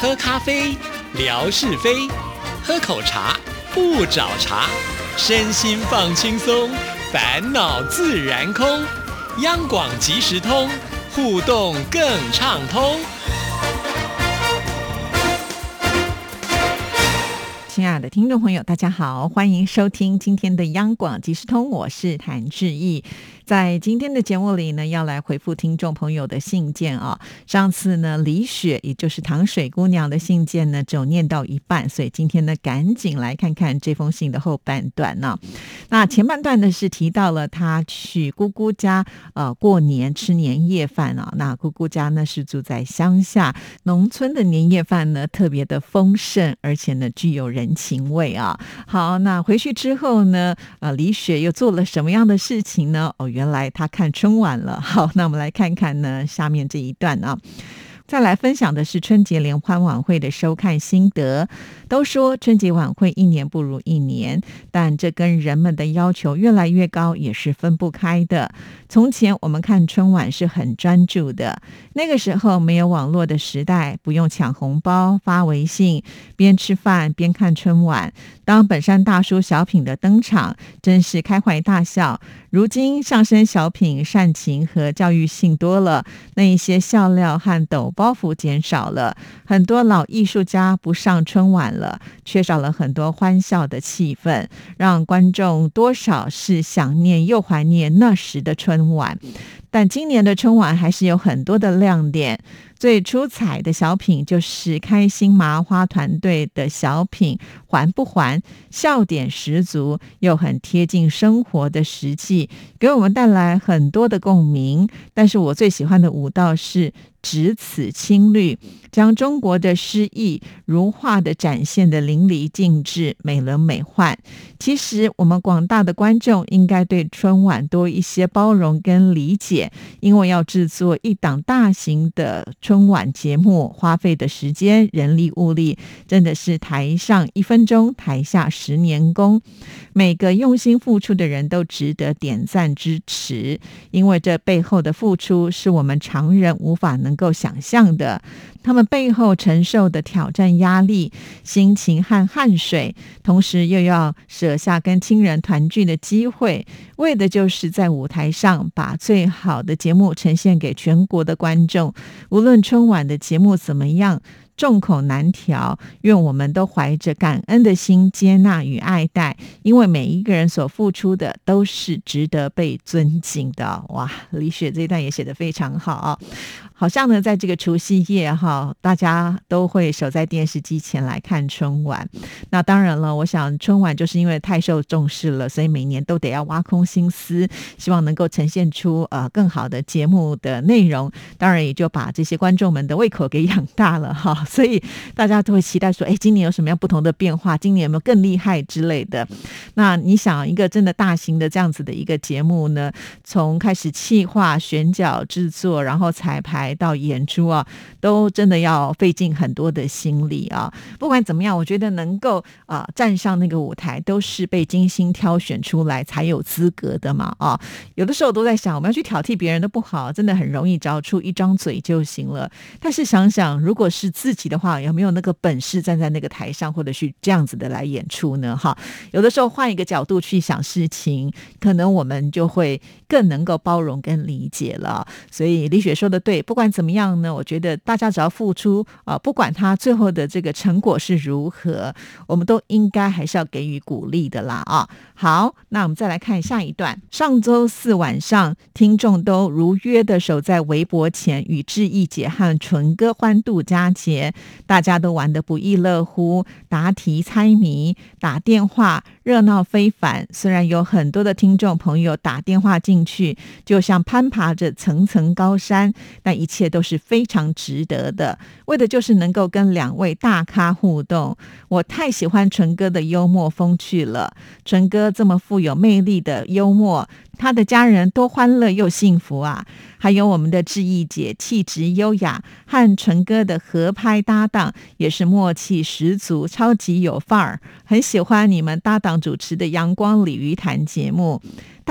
喝咖啡，聊是非；喝口茶，不找茬。身心放轻松，烦恼自然空。央广即时通，互动更畅通。 亲爱的听众朋友，大家好，欢迎收听今天的央广即时通，我是谭志毅。在今天的节目里呢，要来回复听众朋友的信件啊。上次呢，李雪也就是糖水姑娘的信件呢，只有念到一半，所以今天呢，赶紧来看看这封信的后半段呢。那前半段呢是提到了她去姑姑家过年吃年夜饭啊。那姑姑家呢是住在乡下，农村的年夜饭呢特别的丰盛，而且呢具有人情味啊。好，那回去之后呢，李雪又做了什么样的事情呢？原来她看春晚了。好，那我们来看看呢下面这一段啊。再来分享的是春节联欢晚会的收看心得。都说春节晚会一年不如一年，但这跟人们的要求越来越高也是分不开的。从前我们看春晚是很专注的，那个时候没有网络的时代，不用抢红包发微信，边吃饭边看春晚。当本山大叔小品的登场，真是开怀大笑。如今相声小品煽情和教育性多了，那一些笑料和抖包袱减少了，很多老艺术家不上春晚了，缺少了很多欢笑的气氛，让观众多少是想念又怀念那时的春晚。但今年的春晚还是有很多的亮点，最出彩的小品就是开心麻花团队的小品还不还，笑点十足，又很贴近生活的实际，给我们带来很多的共鸣。但是我最喜欢的舞蹈是只此青绿，将中国的诗意如画的展现的淋漓尽致，美轮美奂。其实我们广大的观众应该对春晚多一些包容跟理解，因为要制作一档大型的春晚节目，花费的时间人力物力真的是台上1分钟台下10年功，每个用心付出的人都值得点赞支持，因为这背后的付出是我们常人无法能够想象的。他们背后承受的挑战压力、心情和汗水，同时又要舍下跟亲人团聚的机会，为的就是在舞台上把最好的节目呈现给全国的观众。无论春晚的节目怎么样，众口难调，愿我们都怀着感恩的心接纳与爱戴，因为每一个人所付出的都是值得被尊敬的。哇，李雪这一段也写得非常好啊。好像呢在这个除夕夜大家都会守在电视机前来看春晚。那当然了，我想春晚就是因为太受重视了，所以每年都得要挖空心思，希望能够呈现出更好的节目的内容，当然也就把这些观众们的胃口给养大了哈。所以大家都会期待说，今年有什么样不同的变化，今年有没有更厉害之类的。那你想一个真的大型的这样子的一个节目呢，从开始企划、选角、制作，然后彩排到演出都真的要费尽很多的心力啊。不管怎么样，我觉得能够站上那个舞台，都是被精心挑选出来才有资格的嘛有的时候我都在想，我们要去挑剔别人都不好，真的很容易，只要出一张嘴就行了。但是想想，如果是自己的话，有没有那个本事站在那个台上，或者是这样子的来演出呢？有的时候换一个角度去想事情，可能我们就会更能够包容跟理解了。所以李雪说的对，不管怎么样呢，我觉得大家只要付出不管他最后的这个成果是如何，我们都应该还是要给予鼓励的啦好，那我们再来看下一段。上周四晚上，听众都如约的守在微博前，与志毅姐和纯哥欢度佳节，大家都玩得不亦乐乎，答题猜谜、打电话，热闹非凡。虽然有很多的听众朋友打电话进去，就像攀爬着层层高山，但一切都是非常值得的，为的就是能够跟2位大咖互动。我太喜欢纯哥的幽默风趣了，纯哥这么富有魅力的幽默，他的家人多欢乐又幸福啊！还有我们的志毅姐气质优雅，和纯哥的合拍搭档也是默契十足，超级有范儿。很喜欢你们搭档主持的阳光鲤鱼潭节目。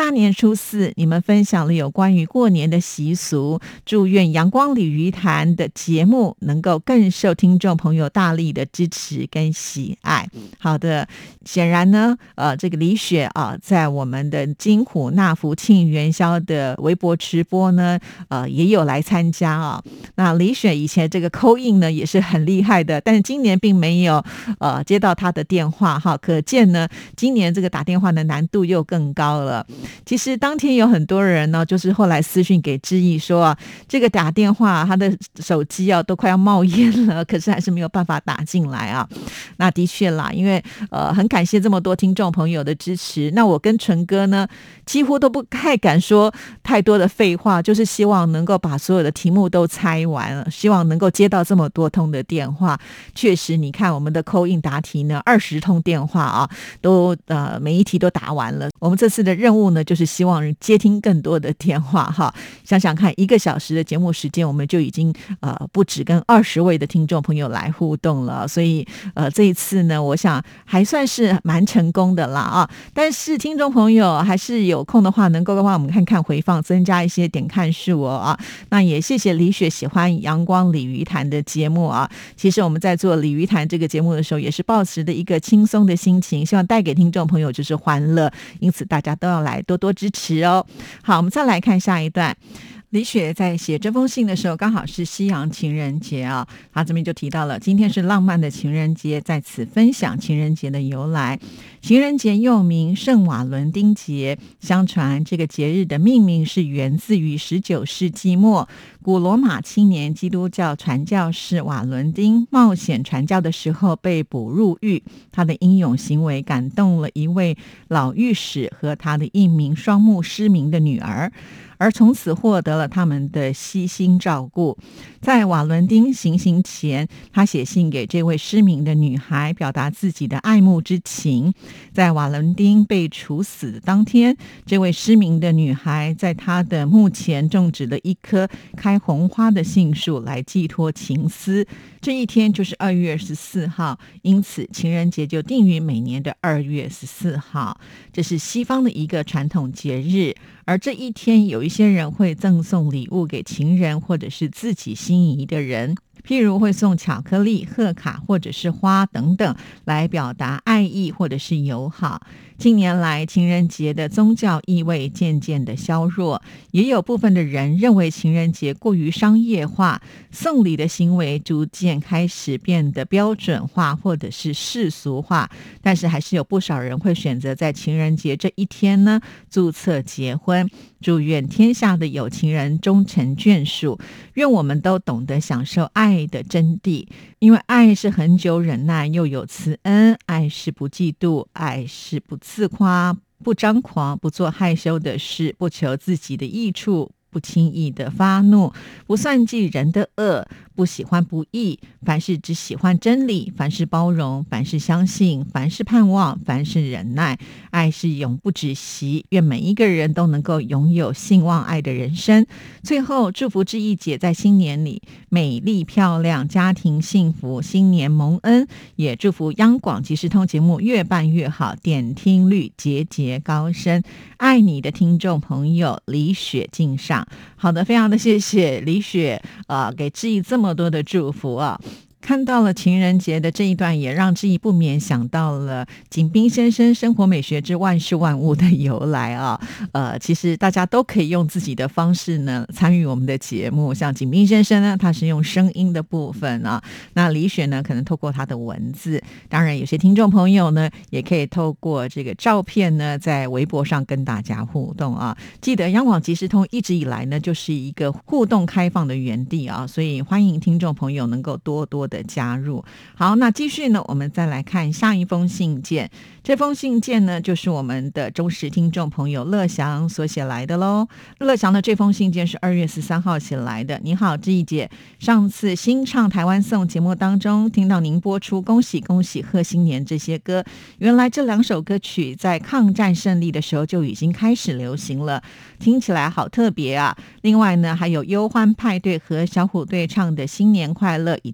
大年初四你们分享了有关于过年的习俗，祝愿阳光鲤鱼潭的节目能够更受听众朋友大力的支持跟喜爱。好的，显然呢这个李雪在我们的金虎纳福庆元宵的微博直播呢也有来参加那李雪以前这个call in呢也是很厉害的，但是今年并没有接到他的电话可见呢今年这个打电话的难度又更高了。其实当天有很多人呢就是后来私讯给志毅说这个打电话他的手机都快要冒烟了，可是还是没有办法打进来那的确啦，因为很感谢这么多听众朋友的支持，那我跟纯哥呢几乎都不太敢说太多的废话，就是希望能够把所有的题目都猜完了，希望能够接到这么多通的电话。确实你看我们的 call in 答题呢20通电话都每一题都答完了。我们这次的任务呢就是希望接听更多的电话想想看1个小时的节目时间我们就已经不止跟20位的听众朋友来互动了，所以这一次呢我想还算是蛮成功的啦但是听众朋友还是有空的话能够的话我们看看回放增加一些点看数那也谢谢李雪喜欢阳光鲤鱼潭的节目其实我们在做鲤鱼潭这个节目的时候也是抱持的一个轻松的心情，希望带给听众朋友就是欢乐，因此大家都要来多多支持好，我们再来看下一段。李雪在写这封信的时候刚好是西洋情人节他这边就提到了今天是浪漫的情人节，在此分享情人节的由来。情人节又名圣瓦伦丁节，相传这个节日的命名是源自于19世纪末古罗马青年基督教传教士瓦伦丁冒险传教的时候被捕入狱，他的英勇行为感动了一位老御史和他的一名双目失明的女儿，而从此获得了他们的悉心照顾。在瓦伦丁行刑前，他写信给这位失明的女孩，表达自己的爱慕之情。在瓦伦丁被处死的当天，这位失明的女孩在他的墓前种植了一棵开红花的杏树来寄托情思。这一天就是2月14号，因此情人节就定于每年的2月14号。这是西方的一个传统节日，而这一天有一些人会赠送礼物给情人或者是自己心仪的人，譬如会送巧克力、贺卡或者是花等等来表达爱意或者是友好。近年来情人节的宗教意味渐渐的削弱，也有部分的人认为情人节过于商业化，送礼的行为逐渐开始变得标准化或者是世俗化，但是还是有不少人会选择在情人节这一天呢注册结婚。祝愿天下的有情人终成眷属，愿我们都懂得享受爱的真谛，因为爱是恒久忍耐又有慈恩，爱是不嫉妒，爱是不自夸，不张狂，不做害羞的事，不求自己的益处，不轻易的发怒，不算计人的恶，不喜欢不义，凡事只喜欢真理，凡事包容，凡事相信，凡事盼望，凡事忍耐。爱是永不止息，愿每一个人都能够拥有信望爱的人生。最后祝福志毅姐在新年里美丽漂亮，家庭幸福，新年蒙恩，也祝福央广即时通节目越办越好，点听率节节高升。爱你的听众朋友李雪敬上。好的，非常的谢谢李雪给志毅这么多的祝福看到了情人节的这一段，也让志毅不免想到了景斌先生生活美学之万事万物的由来其实大家都可以用自己的方式呢参与我们的节目，像景斌先生呢他是用声音的部分那李雪呢可能透过他的文字，当然有些听众朋友呢也可以透过这个照片呢在微博上跟大家互动记得央广即时通一直以来呢就是一个互动开放的园地所以欢迎听众朋友能够多多的加入。好，那继续呢我们再来看下一封信件。这封信件呢就是我们的忠实听众朋友乐祥所写来的咯。乐祥的这封信件是2月13号写来的。你好志毅姐，上次新唱台湾颂节目当中听到您播出恭喜恭喜贺新年这些歌，原来这2首歌曲在抗战胜利的时候就已经开始流行了，听起来好特别另外呢还有忧欢派对和小虎队唱的新年快乐，以及中国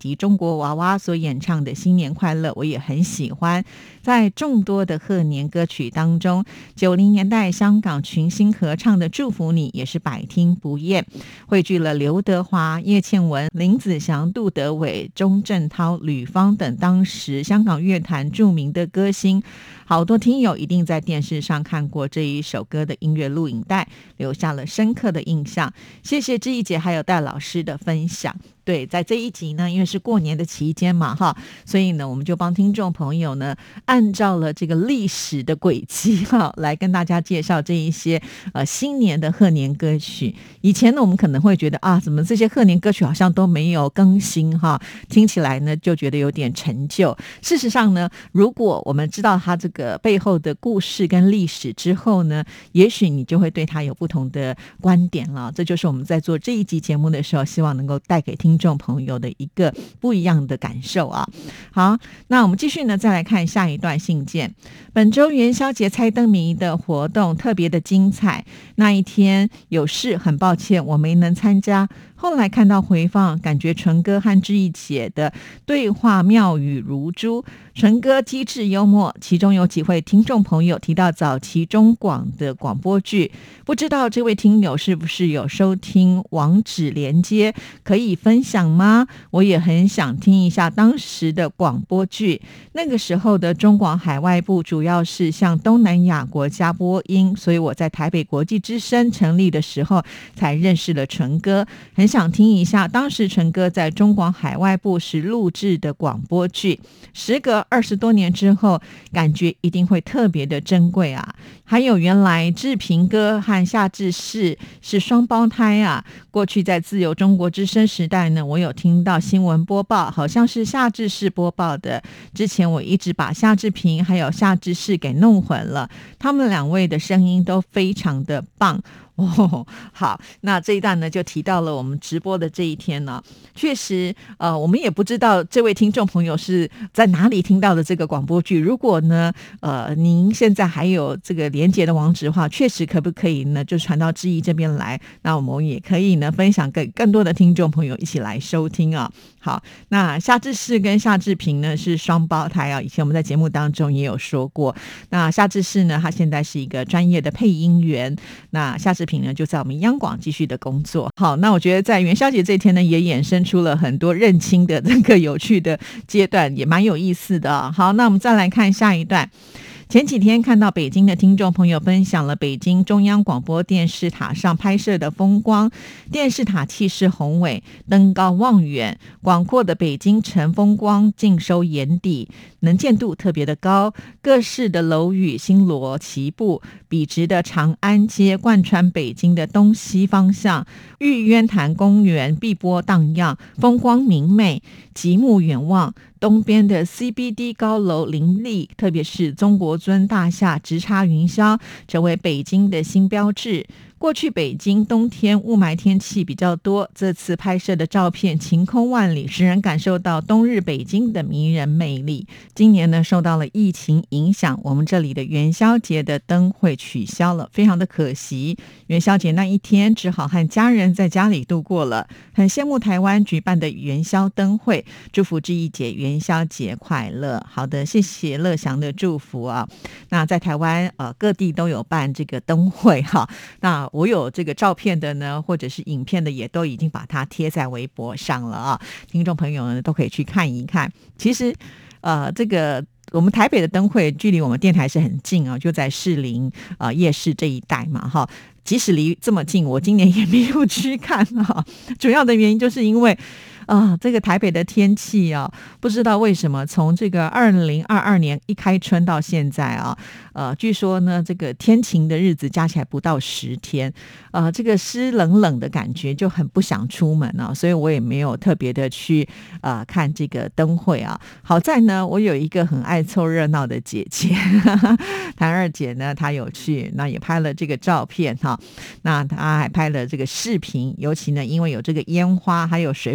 国娃娃所演唱的新年快乐我也很喜欢。在众多的贺年歌曲当中，90年代香港群星合唱的祝福你也是百听不厌，汇聚了刘德华、叶倩文、林子祥、杜德伟、钟镇涛、吕方等当时香港乐坛著名的歌星。好多听友一定在电视上看过这一首歌的音乐录影带，留下了深刻的印象。谢谢志毅姐还有戴老师的分享。对，在这一集呢，因为是过年的期间嘛哈，所以呢我们就帮听众朋友呢按照了这个历史的轨迹哈，来跟大家介绍这一些新年的贺年歌曲。以前呢我们可能会觉得怎么这些贺年歌曲好像都没有更新哈，听起来呢就觉得有点陈旧。事实上呢，如果我们知道它这个背后的故事跟历史之后呢，也许你就会对它有不同的观点了。这就是我们在做这一集节目的时候希望能够带给听众朋友的一个不一样的感受啊。好，那我们继续呢再来看下一段信件。本周元宵节猜灯谜的活动特别的精彩，那一天有事很抱歉我没能参加，后来看到回放，感觉纯哥和志毅姐的对话妙语如珠，纯哥机智幽默，其中有几位听众朋友提到早期中广的广播剧，不知道这位听友是不是有收听网址连接，可以分享吗？我也很想听一下当时的广播剧。那个时候的中广海外部主要是向东南亚国家播音，所以我在台北国际之声成立的时候才认识了纯哥，很想听一下当时纯哥在中广海外部时录制的广播剧，时隔20多年之后，感觉一定会特别的珍贵啊。还有原来志平哥和夏志士是双胞胎啊，过去在自由中国之声时代呢，我有听到新闻播报，好像是夏志士播报的，之前我一直把夏志平还有夏志士给弄混了，他们两位的声音都非常的棒。好，那这一段呢就提到了我们直播的这一天呢，确实我们也不知道这位听众朋友是在哪里听到的这个广播剧，如果呢您现在还有这个连结的网址的话，确实可不可以呢就传到志毅这边来，那我们也可以呢分享给更多的听众朋友一起来收听啊。好，那夏志士跟夏志平呢是双胞胎啊，以前我们在节目当中也有说过。那夏志士呢他现在是一个专业的配音员，那夏志平呢就在我们央广继续的工作。好，那我觉得在元宵节这一天呢也衍生出了很多认亲的这个有趣的阶段，也蛮有意思的。好，那我们再来看下一段。前几天看到北京的听众朋友分享了北京中央广播电视塔上拍摄的风光，电视塔气势宏伟，登高望远，广阔的北京城风光尽收眼底，能见度特别的高，各式的楼宇星罗棋布，笔直的长安街贯穿北京的东西方向，玉渊潭公园碧波荡漾，风光明媚，极目远望，东边的 CBD 高楼林立，特别是中国尊大厦直插云霄，成为北京的新标志。过去北京冬天雾霾天气比较多，这次拍摄的照片晴空万里，使人感受到冬日北京的迷人魅力。今年呢受到了疫情影响，我们这里的元宵节的灯会取消了，非常的可惜。元宵节那一天只好和家人在家里度过了，很羡慕台湾举办的元宵灯会，祝福志毅姐元宵节快乐。好的，谢谢乐祥的祝福啊。那在台湾各地都有办这个灯会哈，那我有这个照片的呢，或者是影片的，也都已经把它贴在微博上了啊，听众朋友呢都可以去看一看。其实这个我们台北的灯会距离我们电台是很近啊，就在士林夜市这一带嘛哈。即使离这么近，我今年也没有去看啊。主要的原因就是因为这个台北的天气啊，不知道为什么从这个2022年一开春到现在啊，据说呢这个天晴的日子加起来不到10天，这个湿冷冷的感觉就很不想出门啊，所以我也没有特别的去看这个灯会啊。好在呢我有一个很爱凑热闹的姐姐谭二姐呢，她有去，那也拍了这个照片哈，那她还拍了这个视频，尤其呢因为有这个烟花还有水舞狮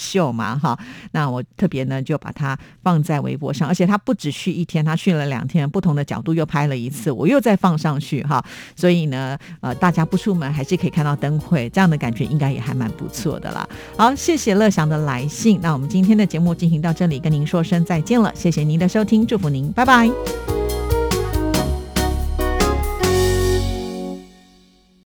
秀嘛哈。那我特别呢就把它放在微博上，而且他不只去1天，他去了2天，不同的角度又拍了一次，我又再放上去哈。所以呢大家不出门还是可以看到灯会，这样的感觉应该也还蛮不错的啦。好，谢谢乐祥的来信，那我们今天的节目进行到这里，跟您说声再见了，谢谢您的收听，祝福您，拜拜。